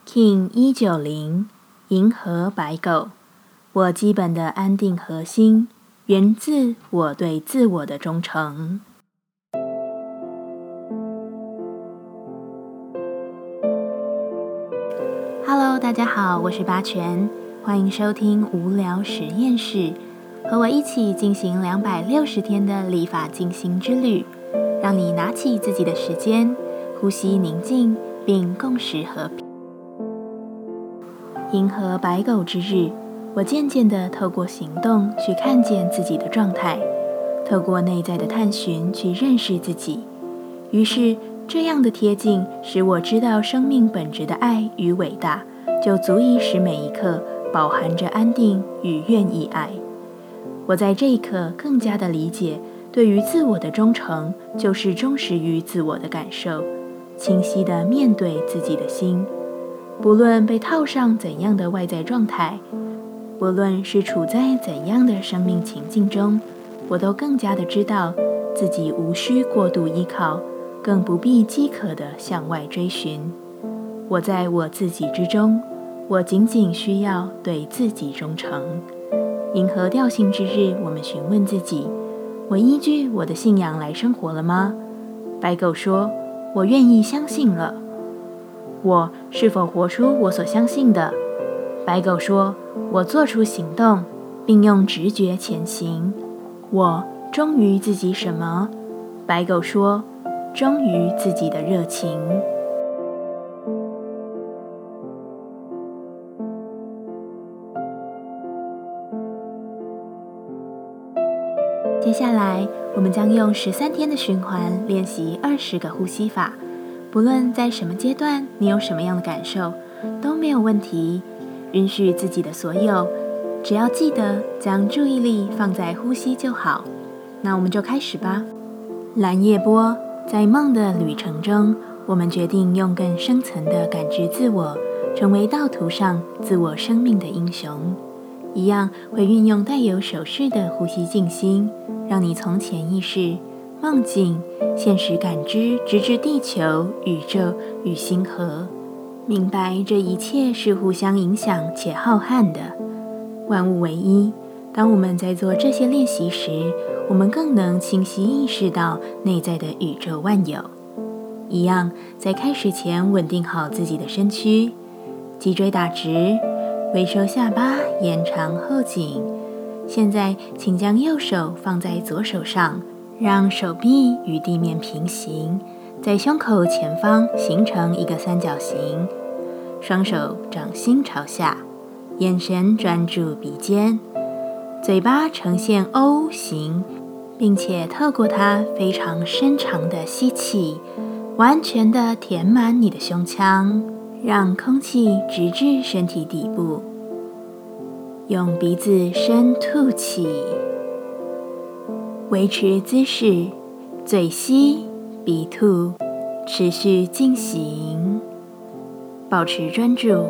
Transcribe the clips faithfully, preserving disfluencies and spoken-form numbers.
King 一九零银河白狗，我基本的安定核心源自我对自我的忠诚。Hello， 大家好，我是八全，欢迎收听无聊实验室，和我一起进行两百六十天的立法进行之旅，让你拿起自己的时间，呼吸宁静，并共识和平。银河白狗之日，我渐渐地透过行动去看见自己的状态，透过内在的探寻去认识自己。于是，这样的贴近使我知道生命本质的爱与伟大，就足以使每一刻饱含着安定与愿意爱。我在这一刻更加的理解，对于自我的忠诚，就是忠实于自我的感受，清晰地面对自己的心。不论被套上怎样的外在状态，不论是处在怎样的生命情境中，我都更加的知道自己无需过度依靠，更不必饥渴地向外追寻。我在我自己之中，我仅仅需要对自己忠诚。银河调性之日，我们询问自己：我依据我的信仰来生活了吗？白狗说：我愿意相信了。我是否活出我所相信的？白狗说：我做出行动，并用直觉前行。我忠于自己什么？白狗说：忠于自己的热情。接下来，我们将用十三天的循环练习二十个呼吸法。不论在什么阶段，你有什么样的感受，都没有问题。允许自己的所有，只要记得将注意力放在呼吸就好。那我们就开始吧。蓝夜波，在梦的旅程中，我们决定用更深层的感知自我，成为道途上自我生命的英雄。一样会运用带有手势的呼吸静心，让你从潜意识、梦境、现实感知，直至地球、宇宙与星河，明白这一切是互相影响且浩瀚的，万物为一。当我们在做这些练习时，我们更能清晰意识到内在的宇宙万有。一样，在开始前稳定好自己的身躯，脊椎打直，微收下巴，延长后颈。现在，请将右手放在左手上，让手臂与地面平行，在胸口前方形成一个三角形。双手掌心朝下，眼神专注鼻尖，嘴巴呈现 O 型，并且透过它非常深长的吸气，完全的填满你的胸腔，让空气直至身体底部。用鼻子深吐气，维持姿势，嘴吸鼻吐，持续进行，保持专注。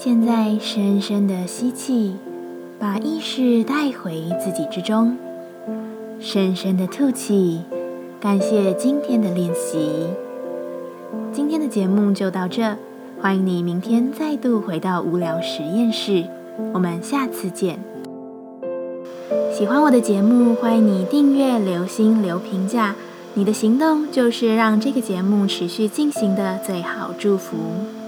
现在深深的吸气，把意识带回自己之中，深深的吐气，感谢今天的练习。今天的节目就到这，欢迎你明天再度回到无聊实验室，我们下次见。喜欢我的节目，欢迎你订阅、留心、留评价，你的行动就是让这个节目持续进行的最好祝福。